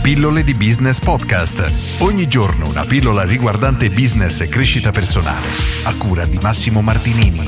Pillole di Business Podcast. Ogni giorno una pillola riguardante business e crescita personale. A cura di Massimo Martinini.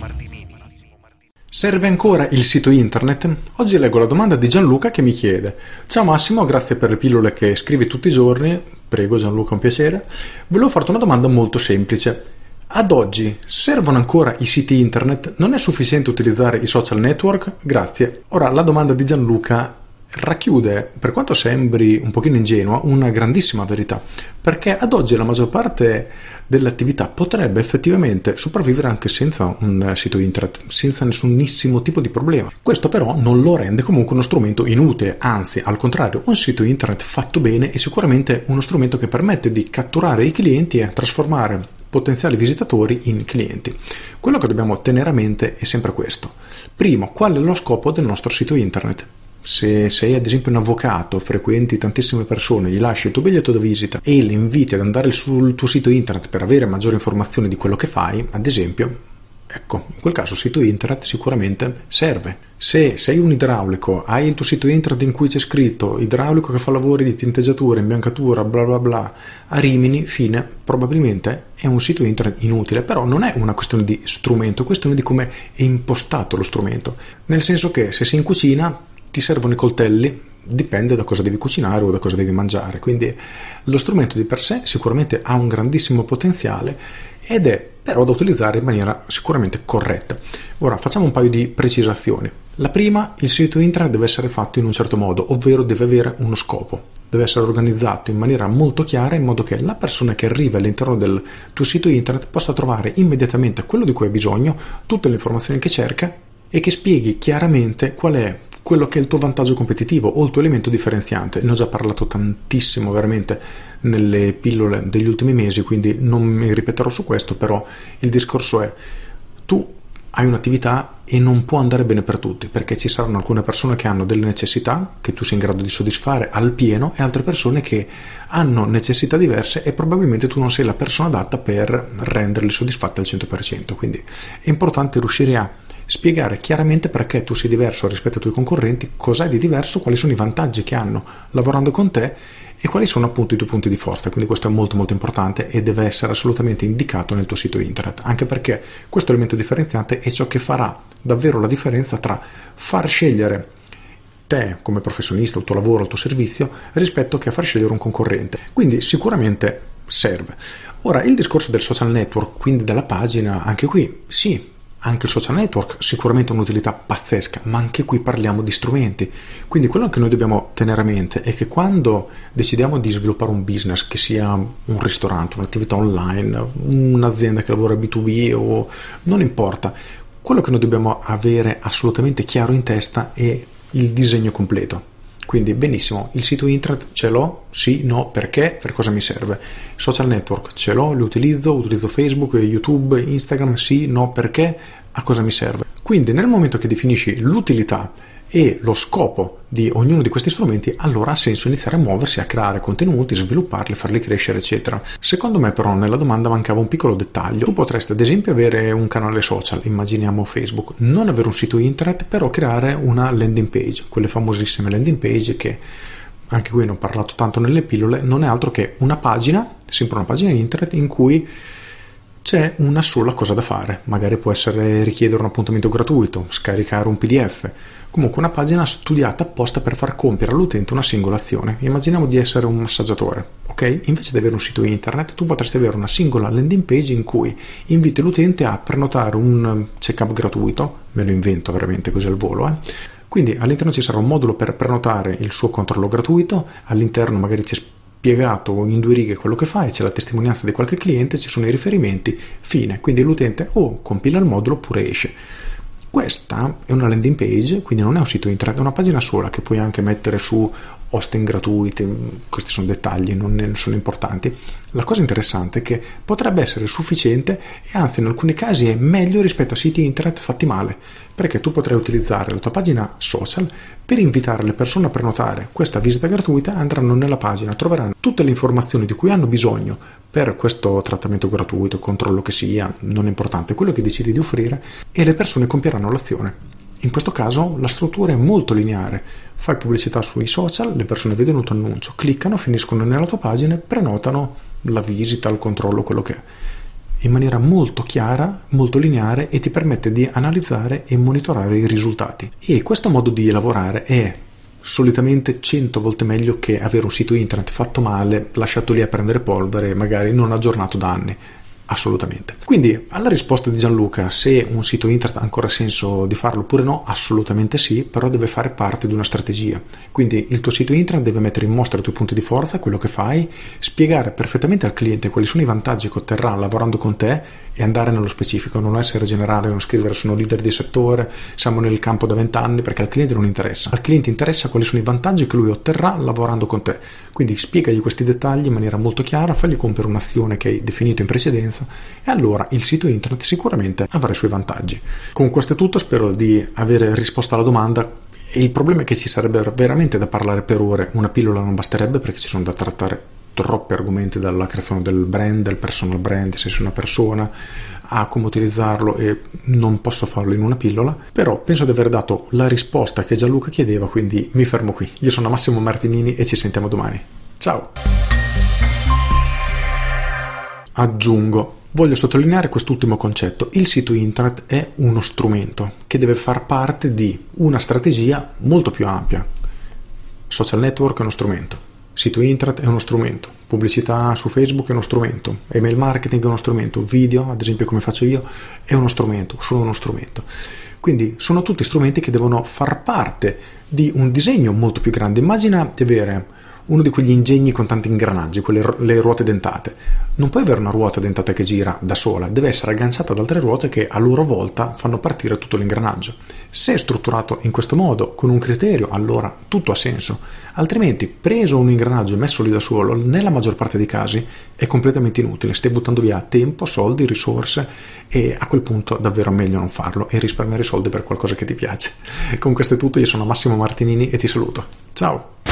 Serve ancora il sito internet? Oggi leggo la domanda di Gianluca che mi chiede: ciao Massimo, grazie per le pillole che scrivi tutti i giorni. Prego Gianluca, un piacere. Volevo farti una domanda molto semplice. Ad oggi servono ancora i siti internet? Non è sufficiente utilizzare i social network? Grazie. Ora, la domanda di Gianluca racchiude, per quanto sembri un pochino ingenua, una grandissima verità, perché ad oggi la maggior parte dell'attività potrebbe effettivamente sopravvivere anche senza un sito internet, senza nessunissimo tipo di problema. Questo però non lo rende comunque uno strumento inutile, anzi, al contrario, un sito internet fatto bene è sicuramente uno strumento che permette di catturare i clienti e trasformare potenziali visitatori in clienti. Quello che dobbiamo tenere a mente è sempre questo. Primo, qual è lo scopo del nostro sito internet? Se sei ad esempio un avvocato, frequenti tantissime persone, gli lasci il tuo biglietto da visita e li inviti ad andare sul tuo sito internet per avere maggiori informazioni di quello che fai, ad esempio, ecco, in quel caso il sito internet sicuramente serve. Se sei un idraulico, hai il tuo sito internet in cui c'è scritto idraulico che fa lavori di tinteggiatura, imbiancatura, bla bla bla, a Rimini, fine, probabilmente è un sito internet inutile, però non è una questione di strumento, è questione di come è impostato lo strumento. Nel senso che se sei in cucina ti servono i coltelli, dipende da cosa devi cucinare o da cosa devi mangiare, quindi lo strumento di per sé sicuramente ha un grandissimo potenziale ed è però da utilizzare in maniera sicuramente corretta. Ora facciamo un paio di precisazioni. La prima, il sito internet deve essere fatto in un certo modo, ovvero deve avere uno scopo, deve essere organizzato in maniera molto chiara in modo che la persona che arriva all'interno del tuo sito internet possa trovare immediatamente quello di cui ha bisogno, tutte le informazioni che cerca e che spieghi chiaramente qual è quello che è il tuo vantaggio competitivo o il tuo elemento differenziante. Ne ho già parlato tantissimo veramente nelle pillole degli ultimi mesi, quindi non mi ripeterò su questo, però il discorso è: tu hai un'attività e non può andare bene per tutti, perché ci saranno alcune persone che hanno delle necessità che tu sei in grado di soddisfare al pieno e altre persone che hanno necessità diverse e probabilmente tu non sei la persona adatta per renderle soddisfatte al 100%. Quindi è importante riuscire a spiegare chiaramente perché tu sei diverso rispetto ai tuoi concorrenti, cos'hai di diverso, quali sono i vantaggi che hanno lavorando con te e quali sono appunto i tuoi punti di forza. Quindi questo è molto molto importante e deve essere assolutamente indicato nel tuo sito internet, anche perché questo elemento differenziante è ciò che farà davvero la differenza tra far scegliere te come professionista, il tuo lavoro, il tuo servizio, rispetto che a far scegliere un concorrente. Quindi sicuramente serve. Ora, il discorso del social network, quindi della pagina, anche qui sì, anche il social network sicuramente ha un'utilità pazzesca, ma anche qui parliamo di strumenti. Quindi quello che noi dobbiamo tenere a mente è che quando decidiamo di sviluppare un business, che sia un ristorante, un'attività online, un'azienda che lavora B2B o non importa, quello che noi dobbiamo avere assolutamente chiaro in testa è il disegno completo. Quindi benissimo, il sito internet ce l'ho? Sì, no, perché? Per cosa mi serve? Social network ce l'ho, li utilizzo Facebook, YouTube, Instagram, sì, no, perché? A cosa mi serve? Quindi nel momento che definisci l'utilità e lo scopo di ognuno di questi strumenti, allora ha senso iniziare a muoversi, a creare contenuti, svilupparli, farli crescere, eccetera. Secondo me però nella domanda mancava un piccolo dettaglio. Tu potresti ad esempio avere un canale social, immaginiamo Facebook, non avere un sito internet, però creare una landing page, quelle famosissime landing page che anche qui ne ho parlato tanto nelle pillole, non è altro che una pagina, sempre una pagina internet in cui c'è una sola cosa da fare. Magari può essere richiedere un appuntamento gratuito, scaricare un PDF, comunque una pagina studiata apposta per far compiere all'utente una singola azione. Immaginiamo di essere un massaggiatore, ok? Invece di avere un sito internet, tu potresti avere una singola landing page in cui inviti l'utente a prenotare un check-up gratuito, me lo invento veramente così al volo, Quindi all'interno ci sarà un modulo per prenotare il suo controllo gratuito, all'interno magari c'è spiegato in 2 righe quello che fai, c'è la testimonianza di qualche cliente, ci sono i riferimenti, fine. Quindi l'utente o compila il modulo oppure esce. Questa è una landing page, quindi non è un sito internet, è una pagina sola che puoi anche mettere su hosting gratuiti. Questi sono dettagli, non sono importanti. La cosa interessante è che potrebbe essere sufficiente e anzi in alcuni casi è meglio rispetto a siti internet fatti male, perché tu potrai utilizzare la tua pagina social per invitare le persone a prenotare questa visita gratuita, andranno nella pagina, troveranno tutte le informazioni di cui hanno bisogno per questo trattamento gratuito, controllo che sia, non è importante, quello che decidi di offrire, e le persone compieranno l'azione. In questo caso la struttura è molto lineare, fai pubblicità sui social, le persone vedono il tuo annuncio, cliccano, finiscono nella tua pagina, prenotano la visita, il controllo, quello che è, in maniera molto chiara, molto lineare, e ti permette di analizzare e monitorare i risultati. E questo modo di lavorare è solitamente 100 volte meglio che avere un sito internet fatto male, lasciato lì a prendere polvere, magari non aggiornato da anni. Assolutamente. Quindi alla risposta di Gianluca, se un sito internet ha ancora senso di farlo oppure no, assolutamente sì, però deve fare parte di una strategia. Quindi il tuo sito internet deve mettere in mostra i tuoi punti di forza, quello che fai, spiegare perfettamente al cliente quali sono i vantaggi che otterrà lavorando con te e andare nello specifico, non essere generale, non scrivere sono leader di settore, siamo nel campo da 20 anni, perché al cliente non interessa. Al cliente interessa quali sono i vantaggi che lui otterrà lavorando con te. Quindi spiegagli questi dettagli in maniera molto chiara, fagli compiere un'azione che hai definito in precedenza, e allora il sito internet sicuramente avrà i suoi vantaggi. Con questo è tutto, spero di aver risposto alla domanda. E il problema è che ci sarebbe veramente da parlare per ore, una pillola non basterebbe perché ci sono da trattare troppi argomenti, dalla creazione del brand, del personal brand, se sei una persona, a come utilizzarlo, e non posso farlo in una pillola, però penso di aver dato la risposta che Gianluca chiedeva, quindi mi fermo qui. Io sono Massimo Martinini e ci sentiamo domani. Ciao! Aggiungo, voglio sottolineare quest'ultimo concetto: il sito internet è uno strumento che deve far parte di una strategia molto più ampia. Social network è uno strumento, sito internet è uno strumento, pubblicità su Facebook è uno strumento, email marketing è uno strumento, video, ad esempio come faccio io, è uno strumento, sono uno strumento. Quindi sono tutti strumenti che devono far parte di un disegno molto più grande. Immagina di avere uno di quegli ingegni con tanti ingranaggi, le ruote dentate. Non puoi avere una ruota dentata che gira da sola, deve essere agganciata ad altre ruote che a loro volta fanno partire tutto l'ingranaggio. Se è strutturato in questo modo, con un criterio, allora tutto ha senso. Altrimenti, preso un ingranaggio e messo lì da solo, nella maggior parte dei casi è completamente inutile. Stai buttando via tempo, soldi, risorse, e a quel punto davvero meglio non farlo e risparmiare i soldi per qualcosa che ti piace. Con questo è tutto, io sono Massimo Martinini e ti saluto. Ciao!